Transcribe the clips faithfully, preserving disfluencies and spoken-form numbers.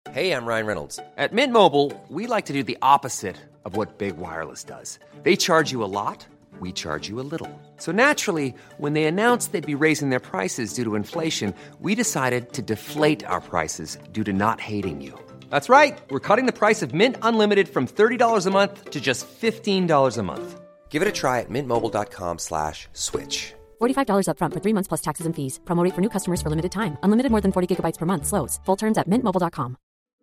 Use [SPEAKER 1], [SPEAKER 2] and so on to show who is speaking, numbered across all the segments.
[SPEAKER 1] Hey, I'm Ryan Reynolds. At Mint Mobile, we like to do the opposite of what Big Wireless does. They charge you a lot, we charge you a little. So naturally, when they announced they'd be raising their prices due to inflation, we decided to deflate our prices due to not hating you. That's right. We're cutting the price of Mint Unlimited from thirty dollars a month to just fifteen dollars a month. Give it a try at mintmobile.com slash switch.
[SPEAKER 2] forty-five dollars up front for three months plus taxes and fees. Promo rate for new customers for limited time. Unlimited more than forty gigabytes per month. Slows full terms at mint mobile dot com.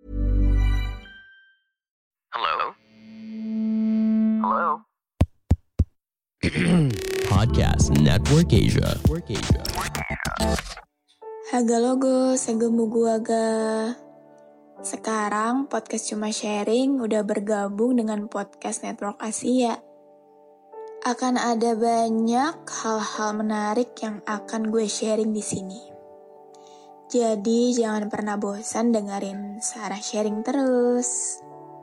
[SPEAKER 3] Hello? Hello?
[SPEAKER 4] Podcast Network Asia. Network Asia.
[SPEAKER 5] Haga logo, segemu aga. Sekarang podcast Cuma Sharing udah bergabung dengan podcast Network Asia. Akan ada banyak hal-hal menarik yang akan gue sharing di sini. Jadi jangan pernah bosan dengerin Sarah sharing terus.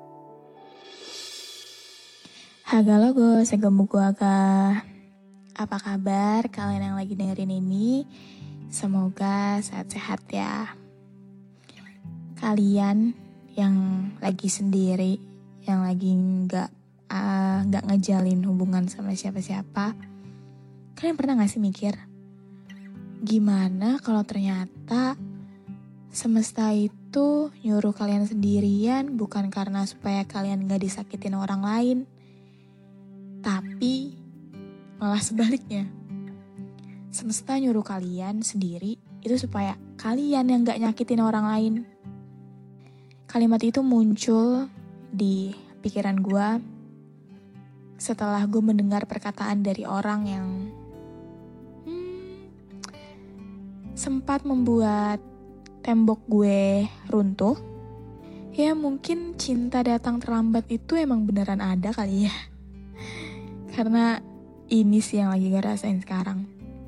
[SPEAKER 5] Haga logo, segemu aga. Apa kabar kalian yang lagi dengerin ini? Semoga sehat-sehat ya. Kalian yang lagi sendiri, yang lagi nggak uh, nggak ngejalin hubungan sama siapa-siapa, kalian pernah nggak sih mikir, gimana kalau ternyata semesta itu nyuruh kalian sendirian bukan karena supaya kalian nggak disakitin orang lain, tapi malah sebaliknya. Semesta nyuruh kalian sendiri itu supaya kalian yang gak nyakitin orang lain. Kalimat itu muncul di pikiran gue setelah gue mendengar perkataan dari orang yang hmm, sempat membuat tembok gue runtuh. Ya mungkin cinta datang terlambat itu emang beneran ada kali ya. Karena ini sih yang lagi gue rasain sekarang.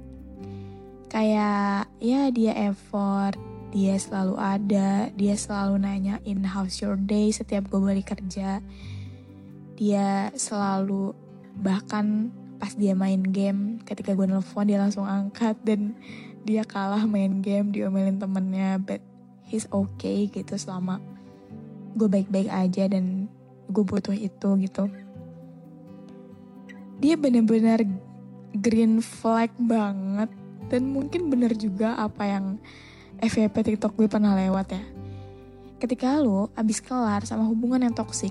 [SPEAKER 5] Kayak ya dia effort, dia selalu ada, dia selalu nanyain how's your day setiap gue balik kerja. Dia selalu, bahkan pas dia main game, ketika gue nelfon dia langsung angkat. Dan dia kalah main game, diomelin temennya, but he's okay gitu selama gue baik-baik aja dan gue butuh itu gitu. Dia benar-benar green flag banget. Dan mungkin benar juga apa yang F Y P TikTok gue pernah lewat ya. Ketika lo abis kelar sama hubungan yang toksik,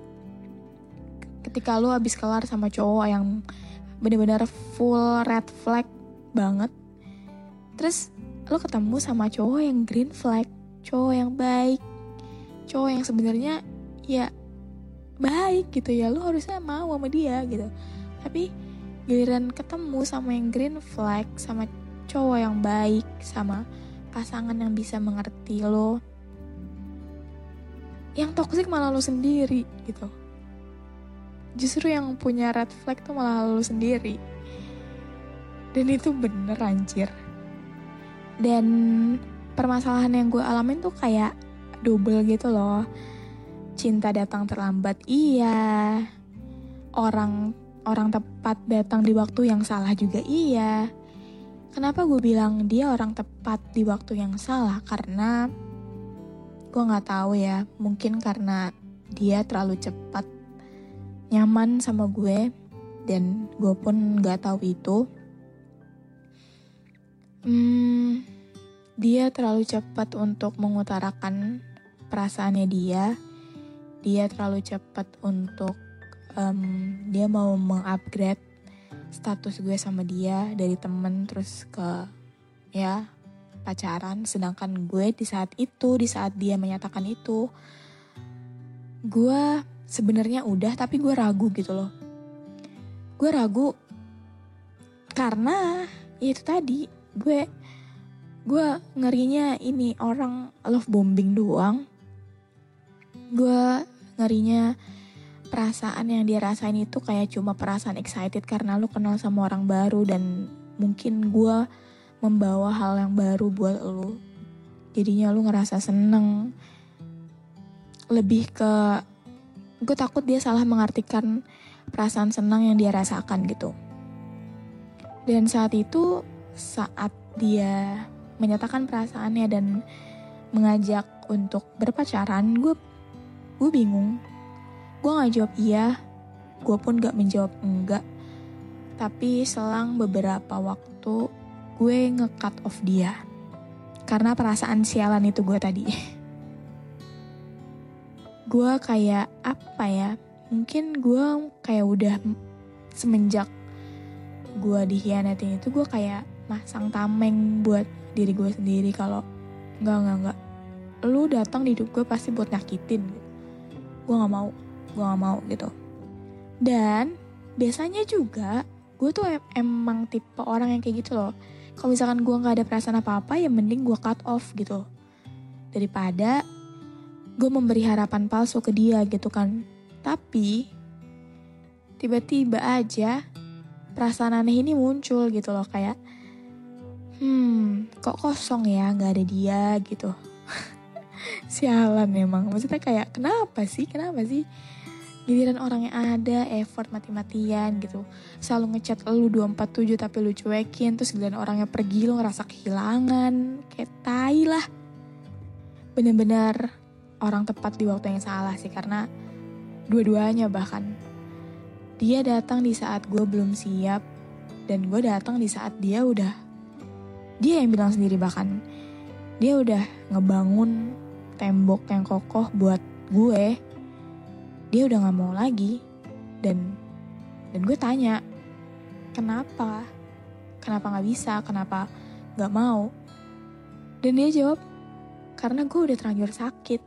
[SPEAKER 5] ketika lo abis kelar sama cowok yang benar-benar full red flag banget, terus lo ketemu sama cowok yang green flag, cowok yang baik, cowok yang sebenarnya ya baik gitu ya, lo harusnya mau sama dia gitu. Tapi giliran ketemu sama yang green flag, sama cowok yang baik, sama pasangan yang bisa mengerti lo, yang toksik malah lo sendiri gitu. Justru yang punya red flag tuh malah lo sendiri. Dan itu bener anjir. Dan permasalahan yang gue alamin tuh kayak double gitu loh. Cinta datang terlambat, iya. Orang Orang tepat datang di waktu yang salah juga iya. Kenapa gue bilang dia orang tepat di waktu yang salah? Karena gue gak tahu ya. Mungkin karena dia terlalu cepat nyaman sama gue. Dan gue pun gak tahu itu. Hmm, dia terlalu cepat untuk mengutarakan perasaannya dia. Dia terlalu cepat untuk Um, dia mau mengupgrade status gue sama dia dari temen terus ke ya pacaran. Sedangkan gue di saat itu, di saat dia menyatakan itu, gue sebenarnya udah, tapi gue ragu gitu loh. Gue ragu karena ya itu tadi gue gue ngerinya ini orang love bombing doang. Gue ngerinya perasaan yang dia rasain itu kayak cuma perasaan excited karena lu kenal sama orang baru, dan mungkin gue membawa hal yang baru buat lu. Jadinya lu ngerasa seneng. Lebih ke, gue takut dia salah mengartikan perasaan senang yang dia rasakan gitu. Dan saat itu, saat dia menyatakan perasaannya dan mengajak untuk berpacaran, gue gue bingung. Gue gak jawab iya, gue pun gak menjawab enggak. Tapi selang beberapa waktu, gue nge-cut off dia. Karena perasaan sialan itu gue tadi. Gue kayak, apa ya, mungkin gue kayak udah semenjak gue dikhianatin itu, gue kayak masang tameng buat diri gue sendiri kalau enggak, enggak, enggak. Lu datang di hidup gue pasti buat nyakitin. Gue gak mau, gue gak mau gitu. Dan biasanya juga gue tuh em- emang tipe orang yang kayak gitu loh. Kalau misalkan gue gak ada perasaan apa-apa, ya mending gue cut off gitu. Daripada gue memberi harapan palsu ke dia gitu kan. Tapi tiba-tiba aja perasaan aneh ini muncul gitu loh. Kayak Hmm kok kosong ya, gak ada dia gitu. Sialan memang. Maksudnya kayak kenapa sih, kenapa sih giliran orang yang ada effort mati-matian gitu, selalu ngechat lu dua empat tujuh tapi lu cuekin, terus giliran orangnya pergi lu ngerasa kehilangan. Kayak tai lah. Bener-bener orang tepat di waktu yang salah sih, karena dua-duanya bahkan. Dia datang di saat gue belum siap, dan gue datang di saat dia udah, dia yang bilang sendiri bahkan, dia udah ngebangun tembok yang kokoh buat gue. Dia udah gak mau lagi. Dan dan gue tanya, kenapa? Kenapa gak bisa? Kenapa gak mau? Dan dia jawab, karena gue udah terlanjur sakit.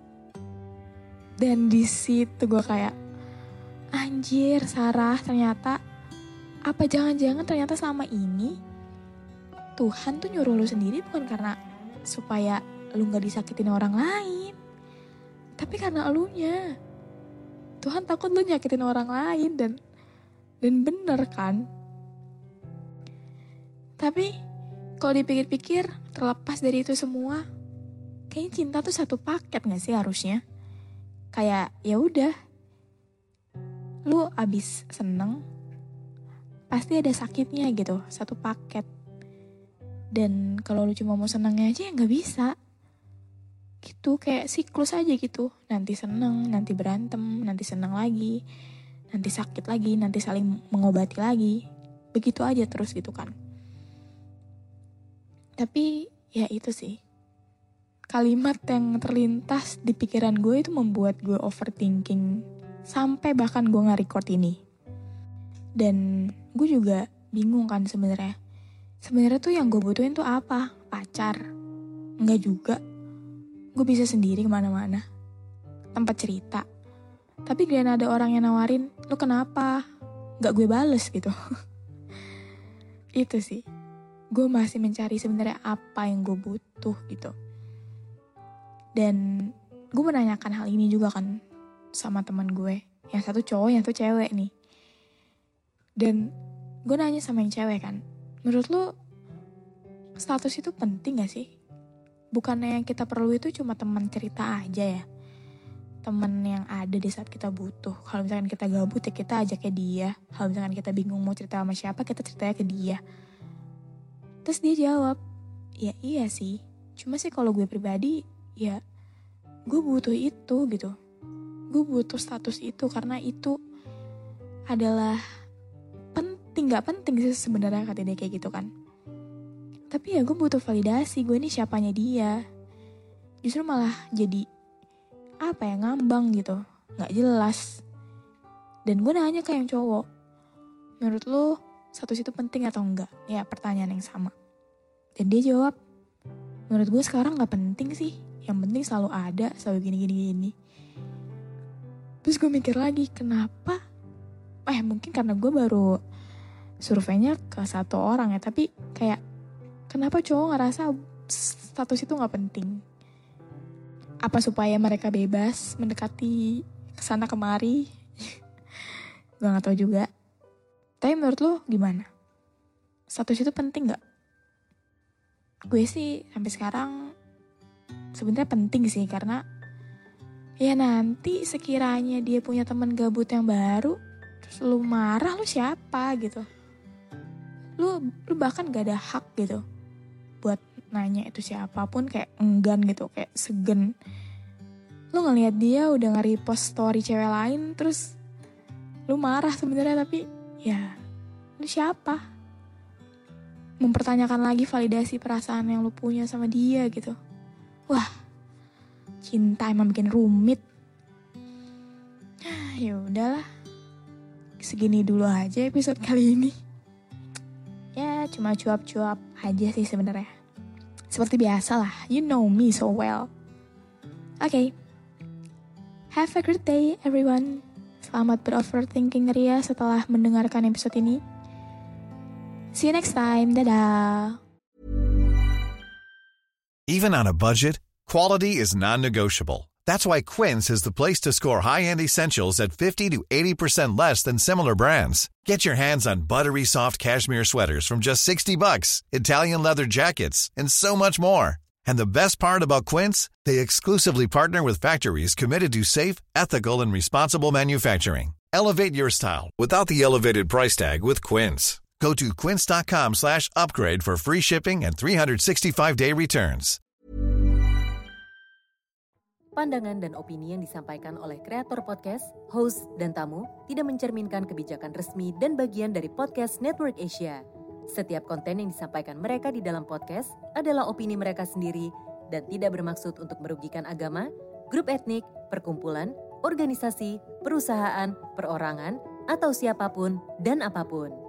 [SPEAKER 5] Dan di situ gue kayak, anjir Sarah, ternyata, apa jangan-jangan ternyata selama ini Tuhan tuh nyuruh lu sendiri bukan karena supaya lu gak disakitin orang lain, tapi karena elunya. Tuhan takut lu nyakitin orang lain. Dan dan bener kan. Tapi kalau dipikir-pikir, terlepas dari itu semua, kayaknya cinta tuh satu paket gak sih harusnya? Kayak ya udah, lu abis seneng pasti ada sakitnya gitu, satu paket. Dan kalau lu cuma mau senengnya aja ya gak bisa gitu. Kayak siklus aja gitu, nanti seneng, nanti berantem, nanti seneng lagi, nanti sakit lagi, nanti saling mengobati lagi, begitu aja terus gitu kan. Tapi ya itu sih, kalimat yang terlintas di pikiran gue itu membuat gue overthinking sampai bahkan gue nge-record ini. Dan gue juga bingung kan sebenarnya. Sebenarnya tuh yang gue butuhin tuh apa? Pacar? Enggak juga. Gue bisa sendiri kemana-mana, tempat cerita. Tapi gak ada orang yang nawarin, lu kenapa? Gak gue bales gitu. Itu sih, gue masih mencari sebenarnya apa yang gue butuh gitu. Dan gue menanyakan hal ini juga kan sama teman gue, yang satu cowok, yang satu cewek nih. Dan gue nanya sama yang cewek kan, menurut lu status itu penting gak sih? Bukannya yang kita perlu itu cuma teman cerita aja ya, teman yang ada di saat kita butuh. Kalau misalkan kita gabut ya kita ajaknya dia. Kalau misalkan kita bingung mau cerita sama siapa, kita ceritanya ke dia. Terus dia jawab, ya iya sih, cuma sih kalau gue pribadi, ya gue butuh itu gitu. Gue butuh status itu karena itu adalah penting, gak penting sih sebenarnya kata dia kayak gitu kan. Tapi ya gue butuh validasi, gue ini siapanya dia. Justru malah jadi apa ya, ngambang gitu, gak jelas. Dan gue nanya ke yang cowok, menurut lo status itu penting atau enggak? Ya pertanyaan yang sama. Dan dia jawab, menurut gue sekarang gak penting sih, yang penting selalu ada, selalu gini-gini-gini. Terus gue mikir lagi, kenapa? Eh mungkin karena gue baru surveinya ke satu orang ya, tapi kayak kenapa cowok ngerasa status itu gak penting? Apa supaya mereka bebas mendekati kesana kemari? Gue gak tahu juga. Tapi menurut lo gimana? Status itu penting gak? Gue sih sampai sekarang sebenarnya penting sih, karena ya nanti sekiranya dia punya teman gabut yang baru, terus lu marah, lu siapa gitu? Lu, lu bahkan gak ada hak gitu buat nanya itu siapapun kayak enggan gitu, kayak segen. Lu ngelihat dia udah nge-repost story cewek lain, terus lu marah sebenarnya, tapi ya lu siapa? Mempertanyakan lagi validasi perasaan yang lu punya sama dia gitu. Wah, cinta emang bikin rumit. Ya udahlah, segini dulu aja episode kali ini. Ya cuma cuap-cuap aja sih sebenarnya. Seperti biasa lah, you know me so well. Oke, okay. Have a great day everyone. Selamat beroverthinking ria setelah mendengarkan episode ini. See you next time, dadah.
[SPEAKER 6] Even on a budget, quality is non-negotiable. That's why Quince is the place to score high-end essentials at fifty to eighty percent less than similar brands. Get your hands on buttery soft cashmere sweaters from just sixty bucks, Italian leather jackets, and so much more. And the best part about Quince, they exclusively partner with factories committed to safe, ethical, and responsible manufacturing. Elevate your style without the elevated price tag with Quince. Go to quince.com slash upgrade for free shipping and three sixty-five day returns.
[SPEAKER 7] Pandangan dan opini yang disampaikan oleh kreator podcast, host, dan tamu tidak mencerminkan kebijakan resmi dan bagian dari podcast Network Asia. Setiap konten yang disampaikan mereka di dalam podcast adalah opini mereka sendiri dan tidak bermaksud untuk merugikan agama, grup etnik, perkumpulan, organisasi, perusahaan, perorangan, atau siapapun dan apapun.